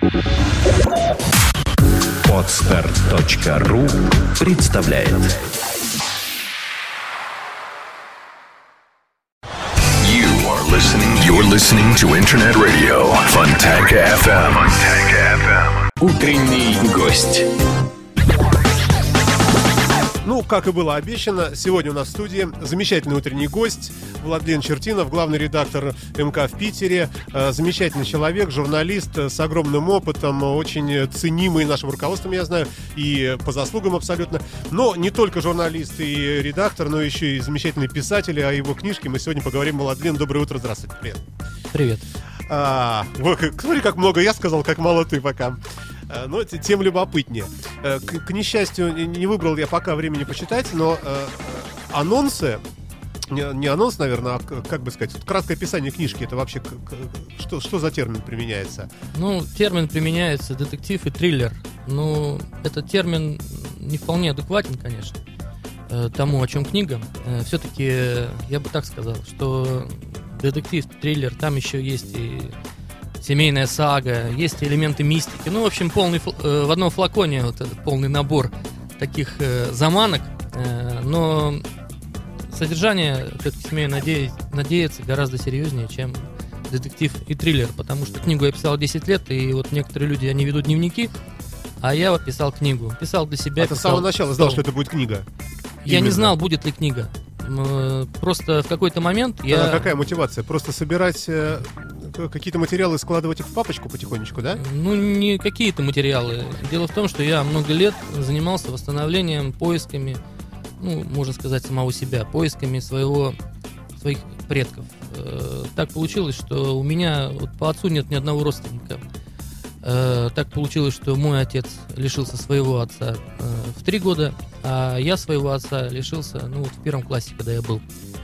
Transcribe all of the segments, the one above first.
Podster.ru представляет. You're listening to Internet Radio Fontanka FM. Утренний гость. Ну, как и было обещано, сегодня у нас в студии замечательный утренний гость Владлен Чертинов, главный редактор МК в Питере, замечательный человек, журналист с огромным опытом, очень ценимый нашим руководством, я знаю, и по заслугам абсолютно. Но не только журналист и редактор, но еще и замечательный писатель, о его книжке мы сегодня поговорим. Владлен, доброе утро, здравствуйте, привет. Привет. Смотри, как много я сказал, как мало ты пока. Но тем любопытнее. К несчастью, не выбрал я пока времени почитать, но анонсы, не анонс, наверное, а, как бы сказать, краткое описание книжки, это вообще что за термин применяется? Ну, термин применяется детектив и триллер. Ну, этот термин не вполне адекватен, конечно, тому, о чем книга. Все-таки, я бы так сказал, что детектив, триллер, там еще есть и семейная сага, есть элементы мистики. Ну, в общем, в одном флаконе вот этот полный набор таких заманок. Но содержание все-таки, смею надеяться, гораздо серьезнее, чем детектив и триллер. Потому что книгу я писал 10 лет, и вот некоторые люди, они ведут дневники, а я вот писал книгу. Писал для себя. А ты с самого начала знал, что это будет книга? Я не знал, будет ли книга. Просто в какой-то момент я... Какая мотивация? Просто собирать какие-то материалы и складывать их в папочку потихонечку, да? Ну, не какие-то материалы. Дело в том, что я много лет занимался восстановлением, поисками, ну, можно сказать, самого себя, поисками своих предков. Так получилось, что у меня вот по отцу нет ни одного родственника. Так получилось, что мой отец лишился своего отца в 3 года, а я своего отца лишился, в 1 классе, когда я был.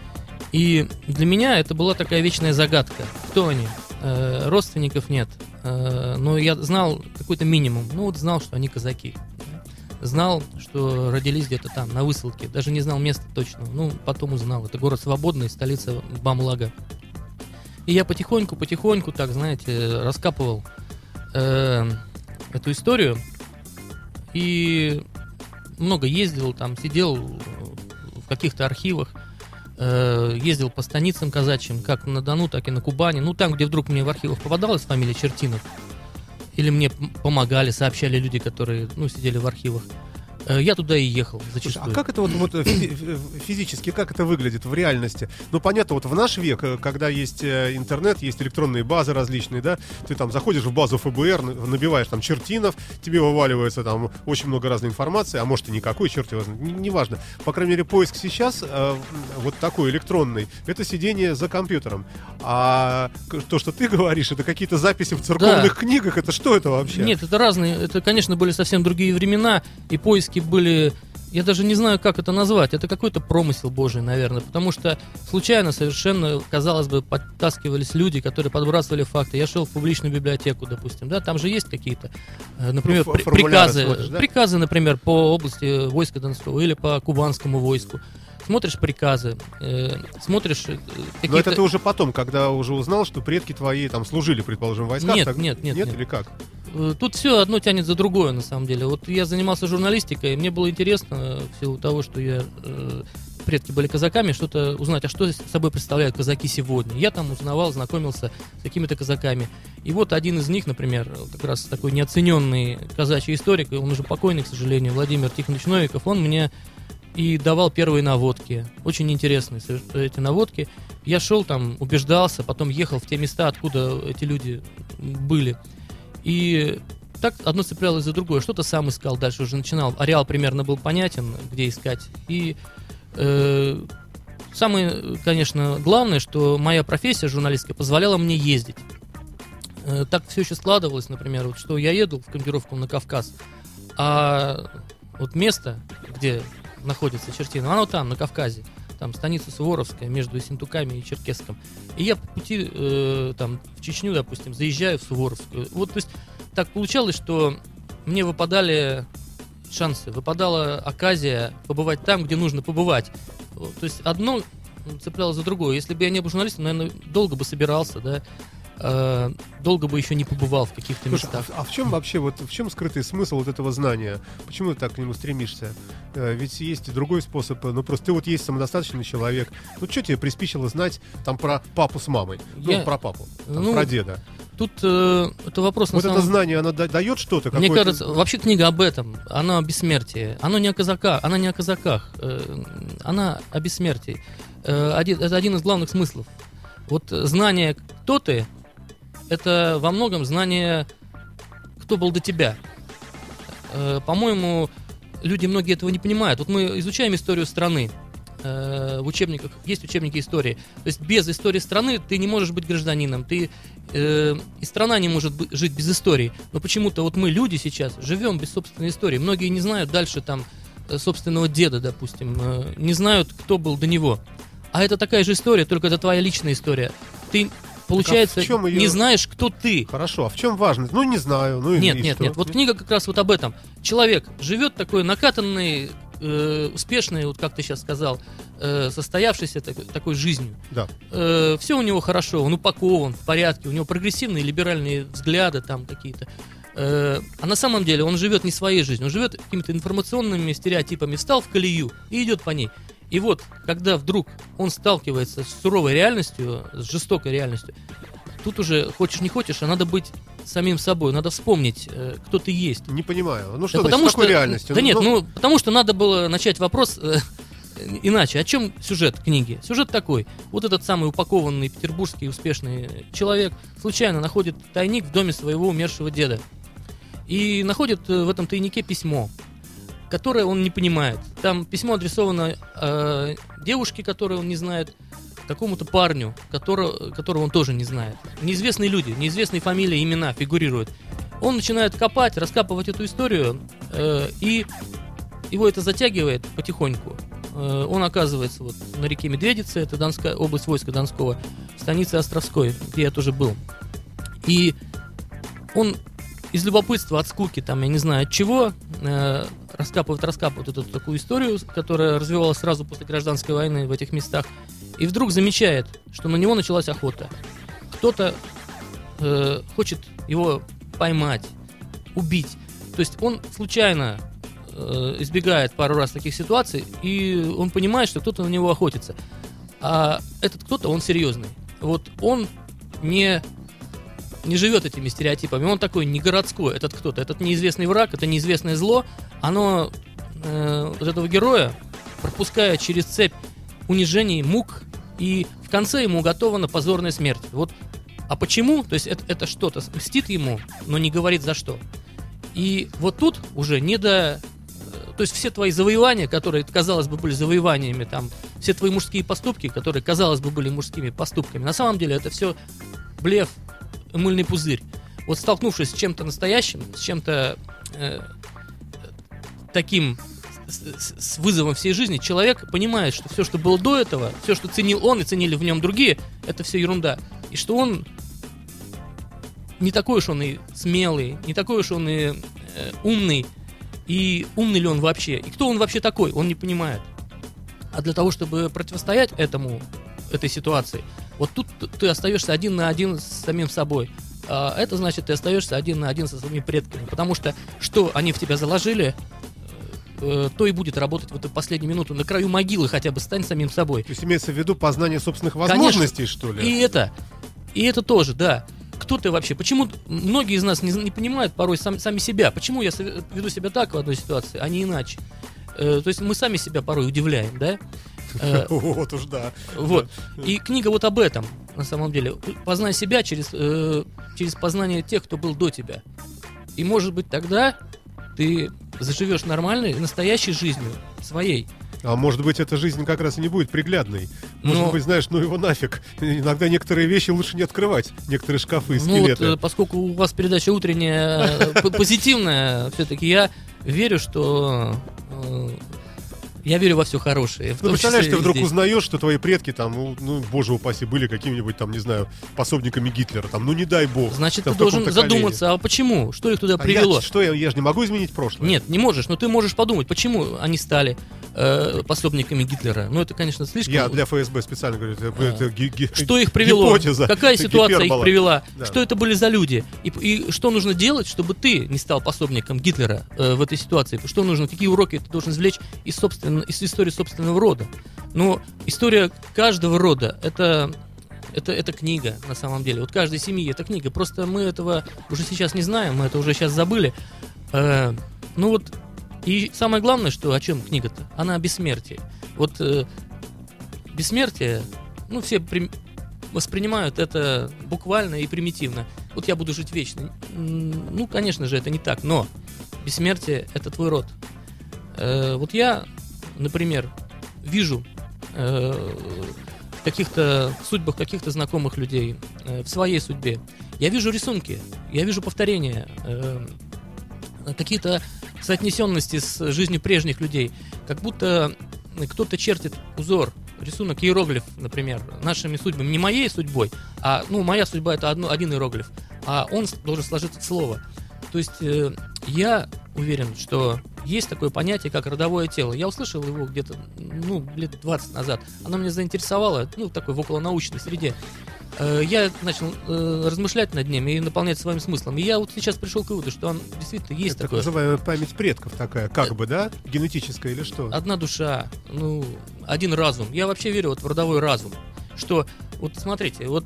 И для меня это была такая вечная загадка. Кто они? Родственников нет. Но я знал какой-то минимум. Знал, что они казаки. Знал, что родились где-то там, на Высылке. Даже не знал места точного. Потом узнал. Это город Свободный, столица Бамлага. И я потихоньку, так, знаете, раскапывал эту историю. И много ездил, там, сидел в каких-то архивах. Ездил по станицам казачьим, как на Дону, так и на Кубани. Там, где вдруг мне в архивах попадалась фамилия Чертинов, или мне помогали, сообщали люди, которые сидели в архивах, я туда и ехал зачастую. Слушай, а как это вот физически, как это выглядит в реальности? Понятно, вот в наш век, когда есть интернет, есть электронные базы различные, да, ты там заходишь в базу ФБР, набиваешь там Чертинов, тебе вываливается там очень много разной информации, а может и никакой, черт его знает, неважно. По крайней мере, поиск сейчас вот такой электронный, это сидение за компьютером. А то, что ты говоришь, это какие-то записи в церковных книгах, это что это вообще? Нет, это разные, это, конечно, были совсем другие времена, и поиски были, я даже не знаю, как это назвать, это какой-то промысел Божий, наверное, потому что случайно совершенно, казалось бы, подтаскивались люди, которые подбрасывали факты. Я шел в публичную библиотеку, допустим, да, там же есть какие-то, например, приказы, например, по области войска Донского или по кубанскому войску. Смотришь приказы, смотришь какие-то... Но это ты уже потом, когда уже узнал, что предки твои там служили, предположим, в войсках? Нет. Или как? Тут все одно тянет за другое, на самом деле. Вот я занимался журналистикой, и мне было интересно, в силу того, что предки были казаками, что-то узнать, а что собой представляют казаки сегодня. Я там узнавал, знакомился с какими-то казаками. И вот один из них, например, как раз такой неоцененный казачий историк, он уже покойный, к сожалению, Владимир Тихонович Новиков, он мне и давал первые наводки. Очень интересные эти наводки. Я шел там, убеждался, потом ехал в те места, откуда эти люди были. И так одно цеплялось за другое. Что-то сам искал, дальше уже начинал. Ареал примерно был понятен, где искать. И самое, конечно, главное, что моя профессия журналистская позволяла мне ездить. Так все еще складывалось, например, вот, что я еду в командировку на Кавказ, а вот место, где находится Чертинов, оно там, на Кавказе. Там станица Суворовская, между Ессентуками и Черкесском. И я по пути там, в Чечню, допустим, заезжаю в Суворовскую. Вот, то есть, так получалось, что мне выпадали шансы, выпадала оказия побывать там, где нужно побывать. То есть, одно цеплялось за другое. Если бы я не был журналистом, наверное, долго бы собирался, да. долго бы еще не побывал в каких-то местах. А в чем вообще, в чем скрытый смысл вот этого знания? Почему ты так к нему стремишься? Ведь есть и другой способ. Ну, просто ты вот есть самодостаточный человек. Ну, что тебе приспичило знать там про папу с мамой? Про папу, про деда. Тут это вопрос вот это знание, оно дает что-то? Мне кажется, вообще книга об этом. Она о бессмертии. Она не о казаках, она о бессмертии. Это один из главных смыслов. Вот знание, кто ты, это во многом знание, кто был до тебя. По-моему, люди многие этого не понимают. Вот мы изучаем историю страны в учебниках, есть учебники истории. То есть без истории страны ты не можешь быть гражданином, и страна не может жить без истории. Но почему-то вот мы, люди, сейчас живем без собственной истории. Многие не знают дальше там собственного деда, допустим, не знают, кто был до него. А это такая же история, только это твоя личная история. Ты, получается, не знаешь, кто ты. Хорошо, а в чем важность? Ну, не знаю. Ну, нет. Вот книга как раз вот об этом. Человек живет такой накатанный, успешный, вот как ты сейчас сказал, состоявшийся такой жизнью. Да. Все у него хорошо, он упакован, в порядке, у него прогрессивные либеральные взгляды там какие-то. А на самом деле он живет не своей жизнью, он живет какими-то информационными стереотипами, встал в колею и идет по ней. И вот, когда вдруг он сталкивается с суровой реальностью, с жестокой реальностью, тут уже, хочешь не хочешь, а надо быть самим собой, надо вспомнить, кто ты есть. Не понимаю. Ну что, да, потому с какой реальностью? Да нет, потому что надо было начать вопрос иначе. О чем сюжет книги? Сюжет такой. Вот этот самый упакованный петербургский успешный человек случайно находит тайник в доме своего умершего деда. И находит в этом тайнике письмо, которое он не понимает. Там письмо адресовано девушке, которую он не знает, какому-то парню, которого он тоже не знает. Неизвестные люди, неизвестные фамилии, имена фигурируют. Он начинает копать, раскапывать эту историю, и его это затягивает потихоньку. Он оказывается вот на реке Медведица, это Донская, область войска Донского, в станице Островской, где я тоже был. И он из любопытства, от скуки, там, я не знаю от чего, раскапывает эту такую историю, которая развивалась сразу после гражданской войны в этих местах, и вдруг замечает, что на него началась охота. Кто-то хочет его поймать, убить. То есть он случайно избегает пару раз таких ситуаций, и он понимает, что кто-то на него охотится. А этот кто-то, он серьезный. Вот он не живет этими стереотипами, он такой не городской, этот кто-то, этот неизвестный враг, это неизвестное зло, оно вот этого героя, пропуская через цепь унижений, мук, и в конце ему уготована позорная смерть. Вот. А почему? То есть это что-то мстит ему, но не говорит за что. И вот тут уже не до... То есть все твои завоевания, которые, казалось бы, были завоеваниями, там, все твои мужские поступки, которые, казалось бы, были мужскими поступками, на самом деле это все блеф, мыльный пузырь. Вот столкнувшись с чем-то настоящим, с чем-то таким, с вызовом всей жизни, человек понимает, что все, что было до этого, все, что ценил он и ценили в нем другие, это все ерунда. И что он не такой уж он и смелый, не такой уж он и умный. И умный ли он вообще? И кто он вообще такой? Он не понимает. А для того, чтобы противостоять этой ситуации, вот тут ты остаешься один на один с самим собой. А это значит, ты остаешься один на один со своими предками. Потому что они в тебя заложили, то и будет работать в эту последнюю минуту. На краю могилы хотя бы стань самим собой. То есть имеется в виду познание собственных возможностей, конечно, что ли? И это тоже, да. Кто ты вообще? Почему многие из нас не понимают порой сами себя? Почему я веду себя так в одной ситуации, а не иначе? То есть мы сами себя порой удивляем, да? Вот уж да. Вот. И книга вот об этом, на самом деле. Познай себя через познание тех, кто был до тебя. И, может быть, тогда ты заживешь нормальной, настоящей жизнью, своей. А может быть, эта жизнь как раз и не будет приглядной. Может быть, знаешь, его нафиг. Иногда некоторые вещи лучше не открывать. Некоторые шкафы и скелеты. Вот, поскольку у вас передача утренняя, позитивная, все-таки я верю, что... Я верю во все хорошее. Представляешь, ты вдруг узнаешь, что твои предки там, боже упаси, были какими-нибудь там, не знаю, пособниками Гитлера. Там, не дай бог. Значит, ты должен задуматься, а почему? Что их туда привело? Я же не могу изменить прошлое. Нет, не можешь, но ты можешь подумать, почему они стали. пособниками Гитлера. Ну, это, конечно, слишком... Я для ФСБ специально говорю, что их привело? Гипотеза, Какая ситуация гипербола. их привела? Да. Что это были за люди? И что нужно делать, чтобы ты не стал пособником Гитлера в этой ситуации? Что нужно? Какие уроки ты должен извлечь из истории собственного рода? Но история каждого рода это книга, на самом деле. Вот каждой семьи это книга. Просто мы этого уже сейчас не знаем, мы это уже сейчас забыли. Ну вот, и самое главное, что о чем книга-то? Она о бессмертии. Вот бессмертие, ну, все воспринимают это буквально и примитивно. Вот я буду жить вечно. Ну, конечно же, это не так, но бессмертие — это твой род. Вот я, например, вижу в каких-то судьбах каких-то знакомых людей, в своей судьбе. Я вижу рисунки, я вижу повторения, какие-то соотнесенности с жизнью прежних людей. Как будто кто-то чертит узор, рисунок, иероглиф, например, нашими судьбами. Не моей судьбой, а, ну, моя судьба — это один иероглиф, а он должен сложиться в слово. То есть я уверен, что есть такое понятие, как родовое тело. Я услышал его где-то, ну, лет 20 назад. Оно меня заинтересовало, ну, в такой в околонаучной среде. Я начал размышлять над ним и наполнять своим смыслом. И я вот сейчас пришел к выводу, что он действительно есть это такое. Так называемая память предков такая, как бы, да? Генетическая или что? Одна душа, ну, один разум. Я вообще верю вот в родовой разум. Что, вот смотрите, вот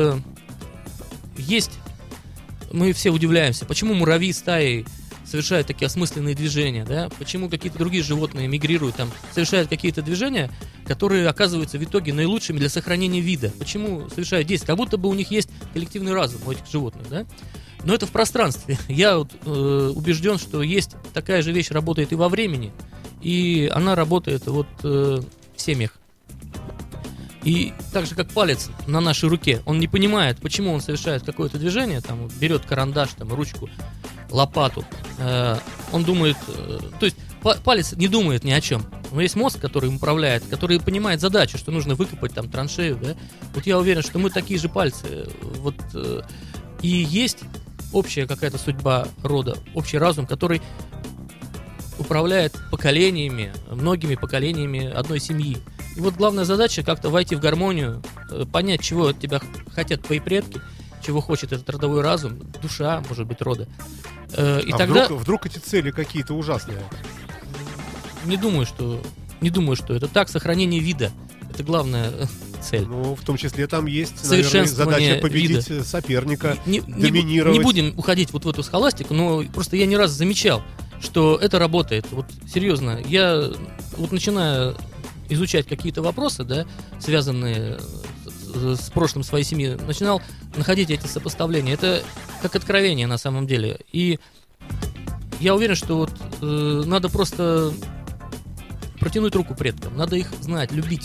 есть... Мы все удивляемся, почему муравьи стаи совершают такие осмысленные движения, да? Почему какие-то другие животные мигрируют, там, совершают какие-то движения, которые оказываются в итоге наилучшими для сохранения вида. Почему совершают действия? Как будто бы у них есть коллективный разум у этих животных, да? Но это в пространстве. Я вот, убежден, что есть такая же вещь, работает и во времени, и она работает вот в семьях. И так же, как палец на нашей руке, он не понимает, почему он совершает какое-то движение, там, берет карандаш, там, ручку, лопату, он думает, то есть палец не думает ни о чем. Но есть мозг, который им управляет, который понимает задачу, что нужно выкопать там траншею, да? Вот я уверен, что мы такие же пальцы. Вот, и есть общая какая-то судьба рода, общий разум, который управляет поколениями, многими поколениями одной семьи. И вот главная задача как-то войти в гармонию, понять, чего от тебя хотят твои предки, чего хочет этот родовой разум, душа, может быть, рода. И тогда... вдруг эти цели какие-то ужасные? Не думаю, что это так. Сохранение вида — это главная цель. Ну, в том числе там есть, наверное, задача победить вида. Соперника, доминировать. Не будем уходить вот в эту схоластику, но просто я не раз замечал, что это работает. Вот серьезно, я вот начинаю изучать какие-то вопросы, да, связанные с прошлым своей семьи, начинал находить эти сопоставления. Это как откровение на самом деле. И я уверен, что вот надо просто протянуть руку предкам, надо их знать, любить.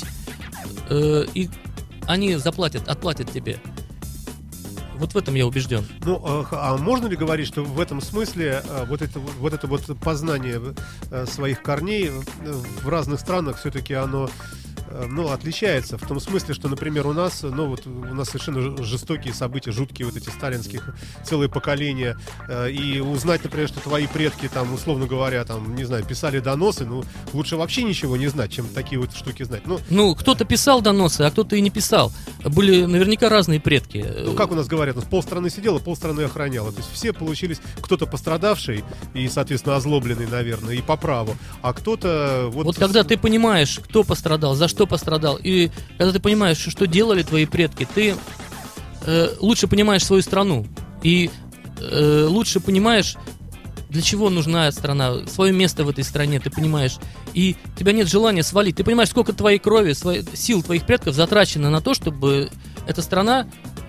И они отплатят тебе. Вот в этом я убежден. Ну, а можно ли говорить, что в этом смысле вот это познание своих корней в разных странах все-таки оно, ну, отличается? В том смысле, что, например, у нас совершенно жестокие события, жуткие вот эти сталинских, целые поколения, и узнать, например, что твои предки там, условно говоря, там, не знаю, писали доносы, ну, лучше вообще ничего не знать, чем такие вот штуки знать. Ну, кто-то писал доносы, а кто-то и не писал. Были наверняка разные предки. Ну, как у нас говорят, полстраны сидело, полстраны охраняло. То есть все получились, кто-то пострадавший и, соответственно, озлобленный, наверное, и по праву, а кто-то... Вот когда ты понимаешь, кто пострадал, за что пострадал, и когда ты понимаешь, что делали твои предки, ты лучше понимаешь свою страну, и лучше понимаешь, для чего нужна страна, свое место в этой стране, ты понимаешь, и у тебя нет желания свалить. Ты понимаешь, сколько твоей крови, сил твоих предков затрачено на то, чтобы эта страна,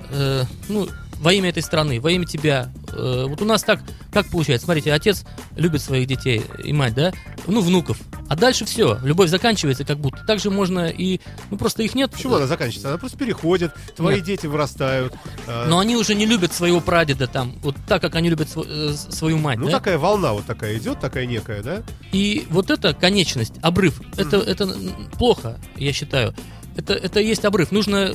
во имя этой страны, во имя тебя. Вот у нас так, как получается? Смотрите, отец любит своих детей и мать, да? Ну, внуков. А дальше все, любовь заканчивается как будто. Так же можно и... Ну, просто их нет. Почему она заканчивается? Она просто переходит, твои дети вырастают. Но они уже не любят своего прадеда там, вот так, как они любят свою мать, ну, да? Такая волна вот такая идет, такая некая, да? И вот эта конечность, обрыв, это плохо, я считаю. Это есть обрыв. Нужно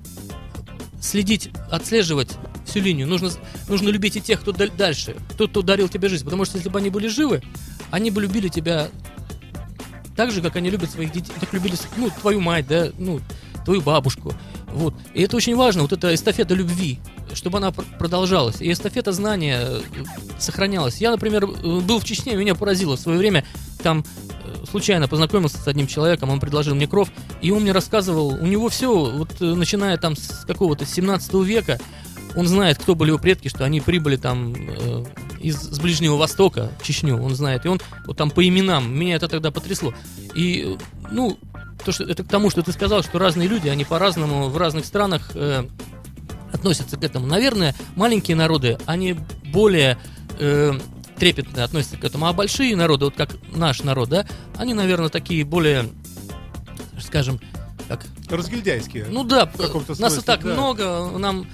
следить, отслеживать всю линию. Нужно любить и тех, кто дальше, кто дарил тебе жизнь. Потому что если бы они были живы, они бы любили тебя так же, как они любят своих детей, так любили, ну, твою мать, да, ну, твою бабушку. Вот. И это очень важно, вот эта эстафета любви, чтобы она продолжалась. И эстафета знания сохранялась. Я, например, был в Чечне, меня поразило в свое время, там случайно познакомился с одним человеком, он предложил мне кров, и он мне рассказывал, у него все, вот начиная там с какого-то 17 века, он знает, кто были его предки, что они прибыли там с Ближнего Востока, в Чечню, он знает, и он вот там по именам, меня это тогда потрясло. И, ну, то, что, это к тому, что ты сказал, что разные люди, они по-разному в разных странах относятся к этому. Наверное, маленькие народы, они более трепетно относятся к этому, а большие народы, вот как наш народ, да, они, наверное, такие более, скажем, как... Разгильдяйские. Ну да, в каком-то смысле, нас и так да. много,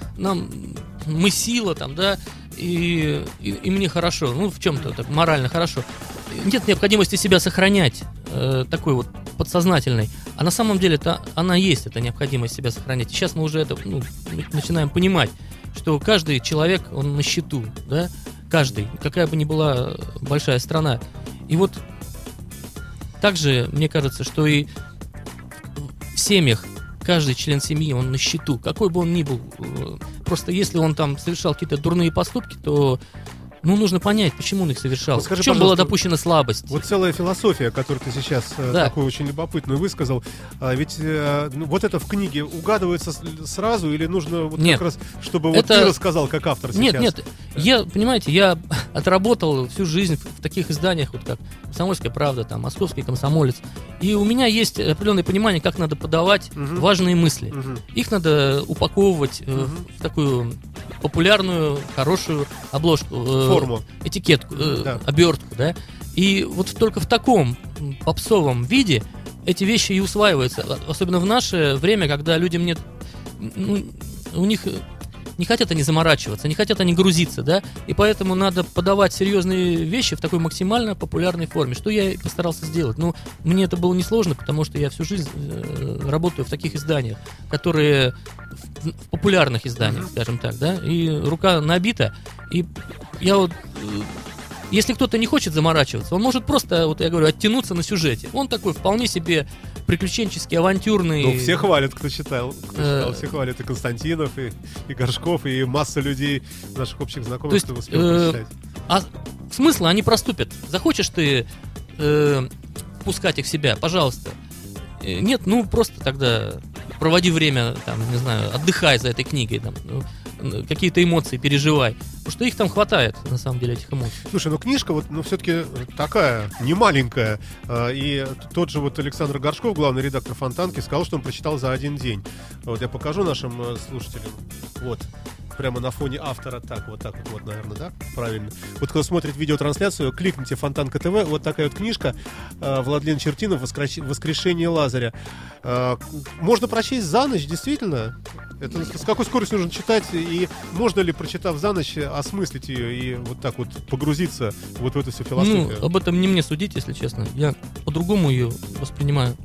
мы сила там, да, и мне хорошо, ну в чем-то так морально хорошо. Нет необходимости себя сохранять, такой вот подсознательной, а на самом деле она есть, эта необходимость себя сохранять. И сейчас мы уже это начинаем понимать, что каждый человек, он на счету, да, каждый, какая бы ни была большая страна. И вот также, мне кажется, что и в семьях каждый член семьи, он на счету, какой бы он ни был. Просто если он там совершал какие-то дурные поступки, то нужно понять, почему он их совершал. Скажи, в чем была допущена слабость. Вот целая философия, которую ты сейчас такую очень любопытную высказал, ведь вот это в книге угадывается сразу или нужно вот нет, как раз, чтобы вот ты рассказал как автор сейчас? Нет, я отработал всю жизнь в таких изданиях, вот как «Комсомольская правда», там, «Московский комсомолец», и у меня есть определенное понимание, как надо подавать важные мысли. Их надо упаковывать в такую популярную, хорошую обложку, форму, этикетку, обертку, да. И вот только в таком попсовом виде эти вещи и усваиваются, особенно в наше время, когда людям нет, у них не хотят они заморачиваться, не хотят они грузиться, да, и поэтому надо подавать серьезные вещи в такой максимально популярной форме, что я и постарался сделать. Но мне это было несложно, потому что я всю жизнь работаю в таких изданиях, которые в популярных изданиях, скажем так, да, и рука набита, и я вот... Если кто-то не хочет заморачиваться, он может просто, вот я говорю, оттянуться на сюжете. Он такой вполне себе приключенческий, авантюрный. Ну, все хвалят, кто читал. Все хвалят, и Константинов, и Горшков, и масса людей, наших общих знакомых, кто успел прочитать. А смысл они проступят. Захочешь ты пускать их в себя, пожалуйста. Нет, просто тогда проводи время, там, не знаю, отдыхай за этой книгой, там, какие-то эмоции переживай. Потому что их там хватает, на самом деле, этих эмоций. Слушай, книжка вот, все-таки такая, не маленькая. И тот же вот Александр Горшков, главный редактор «Фонтанки», сказал, что он прочитал за один день. Вот я покажу нашим слушателям. Вот. Прямо на фоне автора, так вот, наверное, да? Правильно. Вот кто смотрит видеотрансляцию, кликните «Фонтанка ТВ», вот такая вот книжка, Владлен Чертинов «Воскрешение Лазаря». Можно прочесть за ночь, действительно? Это с какой скоростью нужно читать, и можно ли, прочитав за ночь, осмыслить ее и вот так вот погрузиться вот в эту всю философию? Об этом не мне судить, если честно. Я по-другому ее воспринимаю.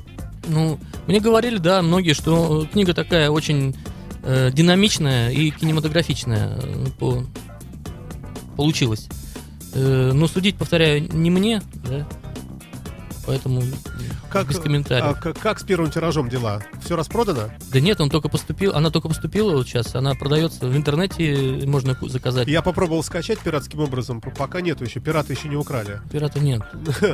Мне говорили, да, многие, что книга такая очень... динамичная и кинематографичная получилась. Но судить, повторяю, не мне, да? Поэтому без комментариев. Как с первым тиражом дела? Все распродано? Да нет, она только поступила вот сейчас, она продается в интернете, можно заказать. Я попробовал скачать пиратским образом, пока нету еще, пираты еще не украли. Пирата нет.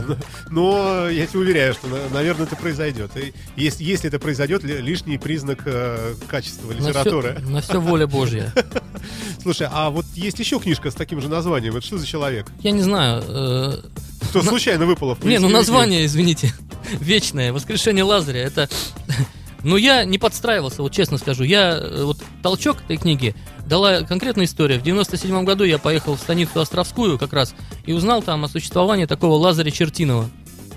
Но я тебе уверяю, что, наверное, это произойдет. И если это произойдет, лишний признак качества литературы. На все воля Божья. Слушай, а вот есть еще книжка с таким же названием. Это что за человек? Я не знаю. Что случайно выпало в поисковике? Название, извините, вечное. «Воскрешение Лазаря». Это... я не подстраивался, вот честно скажу. Толчок этой книги дала конкретная история. В 97 году я поехал в станицу Островскую как раз и узнал там о существовании такого Лазаря Чертинова.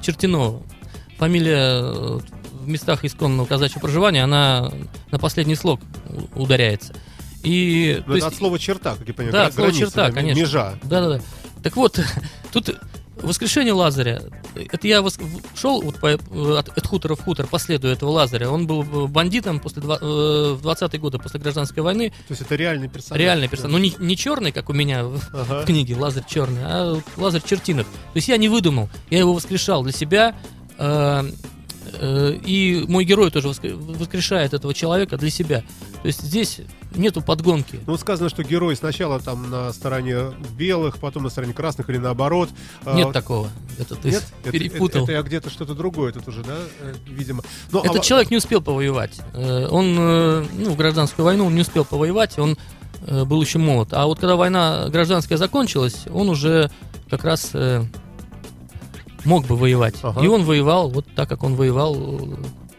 Фамилия в местах исконного казачьего проживания, она на последний слог ударяется. Это от слова «черта», как я понимаю. Да, от слова «черта», конечно. Межа. Да. Так вот, тут «Воскрешение Лазаря». Это я шел от хутора в хутор по следу этого Лазаря. Он был бандитом в 20-е годы, после гражданской войны. То есть это реальный персонаж? Реальный персонаж. Не черный, как у меня в книге Лазарь черный, а Лазарь Чертинов. То есть я не выдумал. Я его воскрешал для себя, и мой герой тоже воскрешает этого человека для себя. То есть здесь нету подгонки. Ну, сказано, что герой сначала там на стороне белых, потом на стороне красных или наоборот. Нет такого. Это ты перепутал. Это я где-то что-то другое тут уже, да, видимо. Этот человек не успел повоевать. Он, в гражданскую войну он не успел повоевать, он был еще молод. А вот когда война гражданская закончилась, он уже как раз мог бы воевать. И он воевал вот так, как он воевал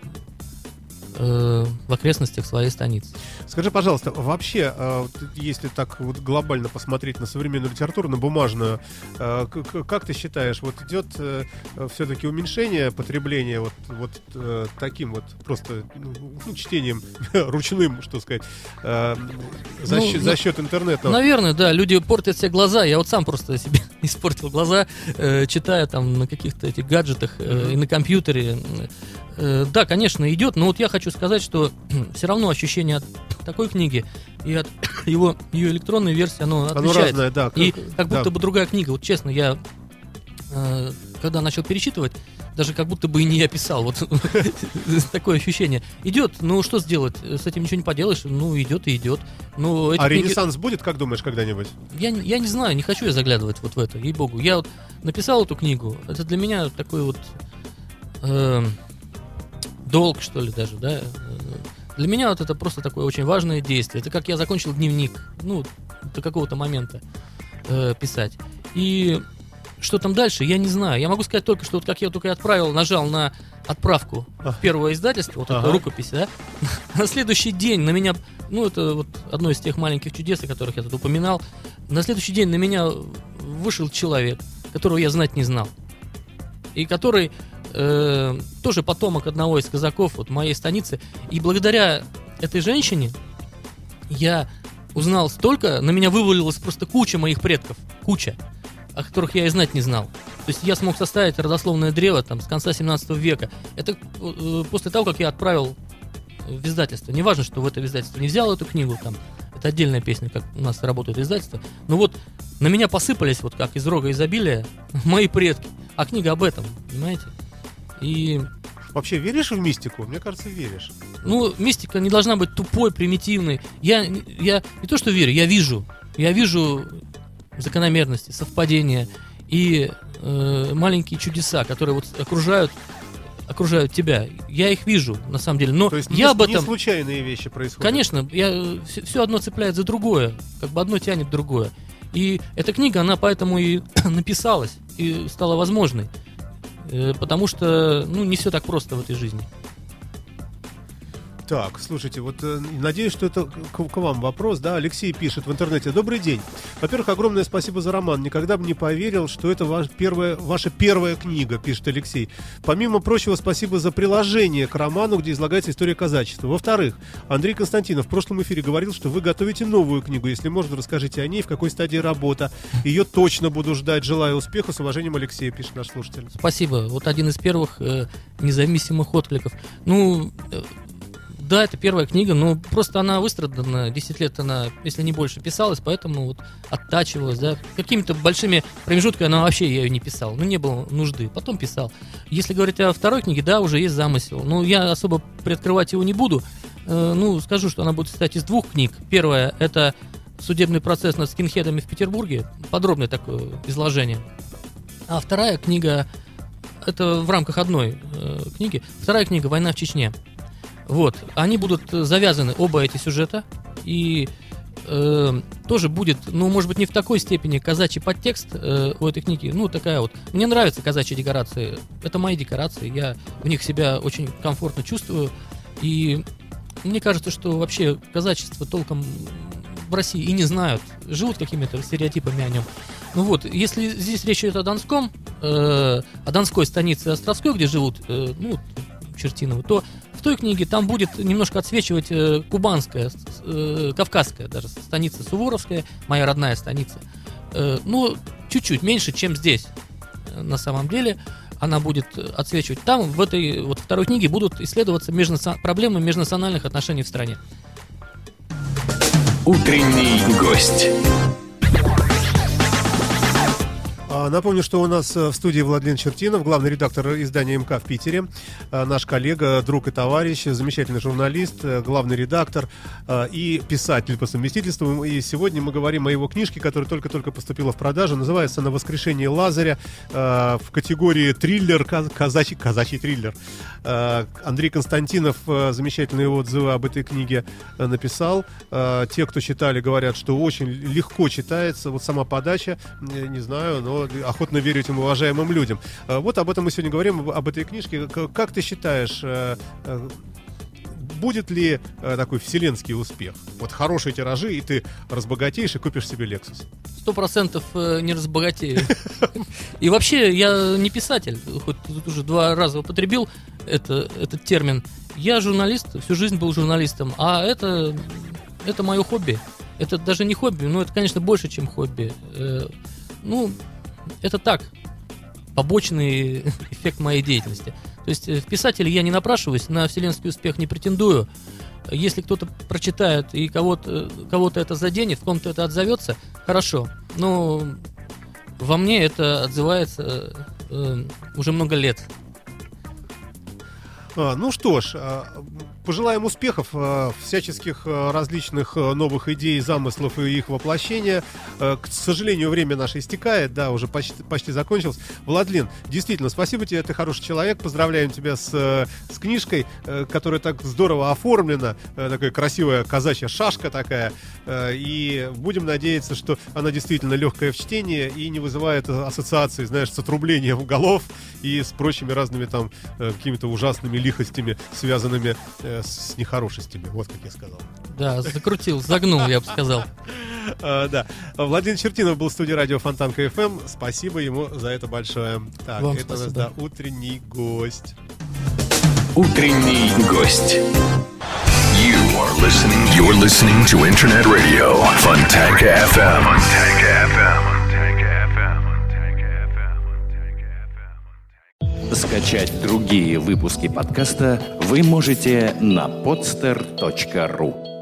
в окрестностях своей станицы. Скажи, пожалуйста, вообще, если так вот глобально посмотреть на современную литературу, на бумажную, как ты считаешь, вот идет все-таки уменьшение потребления вот таким вот просто чтением ручным, что сказать, за счет интернета? Наверное, да, люди портят себе глаза. Я вот сам просто себе испортил глаза, читая там на каких-то этих гаджетах и на компьютере. Да, конечно, идет, но вот я хочу сказать, что все равно ощущение от такой книги и от ее электронной версии, оно отличается. Разное, да. И как будто бы другая книга. Вот честно, я когда начал перечитывать, даже как будто бы и не я писал. Вот такое ощущение. Идет, ну что сделать? С этим ничего не поделаешь. Ну, идет и идет. А ренессанс будет, как думаешь, когда-нибудь? Я не знаю, не хочу я заглядывать вот в это, ей-богу. Я вот написал эту книгу. Это для меня такой вот долг, что ли, даже, да. Для меня вот это просто такое очень важное действие. Это как я закончил дневник, до какого-то момента писать. И что там дальше, я не знаю. Я могу сказать только, что вот как я только отправил, нажал на отправку в первое издательство, вот эту рукопись, да, на следующий день на меня, это вот одно из тех маленьких чудес, о которых я тут упоминал, на следующий день на меня вышел человек, которого я знать не знал, и который тоже потомок одного из казаков вот моей станицы. И благодаря этой женщине я узнал столько, на меня вывалилась просто куча моих предков, куча, о которых я и знать не знал. То есть я смог составить родословное древо там с конца 17 века. Это после того, как я отправил в издательство. Не важно, что в это издательство не взял эту книгу, там, это отдельная песня, как у нас работает издательство. Но вот на меня посыпались, вот как из рога изобилия, мои предки. А книга об этом, понимаете? И вообще веришь в мистику? Мне кажется, веришь. Мистика не должна быть тупой, примитивной. Я не то, что верю, я вижу закономерности, совпадения и маленькие чудеса, которые вот окружают тебя. Я их вижу, на самом деле. Но то есть я об этом... не случайные вещи происходят? Конечно, все одно цепляет за другое, как бы одно тянет другое. И эта книга, она поэтому и написалась, и стала возможной. Потому что, не все так просто в этой жизни. Так, слушайте, вот надеюсь, что это к вам вопрос, да, Алексей пишет в интернете. Добрый день. Во-первых, огромное спасибо за роман. Никогда бы не поверил, что это ваша первая книга, пишет Алексей. Помимо прочего, спасибо за приложение к роману, где излагается история казачества. Во-вторых, Андрей Константинов в прошлом эфире говорил, что вы готовите новую книгу. Если можно, расскажите о ней, в какой стадии работа. Ее точно буду ждать. Желаю успеха. С уважением, Алексей, пишет наш слушатель. Спасибо. Вот один из первых независимых откликов. Да, это первая книга, но просто она выстрадана, 10 лет она, если не больше, писалась, поэтому вот оттачивалась, да. Какими-то большими промежутками она вообще я ее не писал, не было нужды, потом писал. Если говорить о второй книге, да, уже есть замысел, но я особо приоткрывать его не буду. Скажу, что она будет состоять из двух книг. Первая — это судебный процесс над скинхедами в Петербурге, подробное такое изложение. А вторая книга, это в рамках одной книги, вторая книга «Война в Чечне». Вот, они будут завязаны, оба эти сюжета, и тоже будет, может быть, не в такой степени казачий подтекст у этой книги, такая вот. Мне нравятся казачьи декорации, это мои декорации, я в них себя очень комфортно чувствую, и мне кажется, что вообще казачество толком в России и не знают, живут какими-то стереотипами о нем. Если здесь речь идет о Донском, о Донской станице Островской, где живут, Чертиново, то в той книге там будет немножко отсвечивать кубанская, кавказская даже станица Суворовская, моя родная станица. Чуть-чуть меньше, чем здесь. На самом деле она будет отсвечивать. Там в этой вот второй книге будут исследоваться проблемы межнациональных отношений в стране. Утренний гость. Напомню, что у нас в студии Владлен Чертинов, главный редактор издания МК в Питере, наш коллега, друг и товарищ, замечательный журналист, главный редактор и писатель по совместительству. И сегодня мы говорим о его книжке, которая только-только поступила в продажу. Называется она «Воскрешение Лазаря», в категории триллер, казачий триллер. Андрей Константинов замечательные отзывы об этой книге написал. Те, кто читали, говорят, что очень легко читается. Вот сама подача, не знаю, но охотно верю этим уважаемым людям. Вот об этом мы сегодня говорим, об этой книжке. Как ты считаешь, будет ли такой вселенский успех? Вот хорошие тиражи, и ты разбогатеешь и купишь себе Lexus. 100% не разбогатею. И вообще, я не писатель, хоть тут уже 2 раза употребил этот термин. Я журналист, всю жизнь был журналистом, а это мое хобби. Это даже не хобби, но это, конечно, больше, чем хобби. Это так, побочный эффект моей деятельности. То есть в писателе я не напрашиваюсь, на вселенский успех не претендую. Если кто-то прочитает и кого-то это заденет, в ком-то это отзовется, хорошо. Но во мне это отзывается уже много лет. Ну что ж, пожелаем успехов, всяческих различных новых идей, замыслов и их воплощения. К сожалению, время наше истекает, да, уже почти закончилось. Владлен, действительно, спасибо тебе, ты хороший человек, поздравляем тебя с книжкой, которая так здорово оформлена, такая красивая казачья шашка такая, и будем надеяться, что она действительно легкая в чтении и не вызывает ассоциации, знаешь, с отрублением голов и с прочими разными там какими-то ужасными лихостями, связанными с нехорошестями. Вот как я сказал. Да, закрутил, загнул, я бы сказал. Да. Владлен Чертинов был в студии радио Фонтан КФМ. Спасибо ему за это большое. Так, вам это спасибо. у нас, да, утренний гость. Утренний гость. You're listening to Internet Radio Fontanka FM. Скачать другие выпуски подкаста вы можете на podster.ru.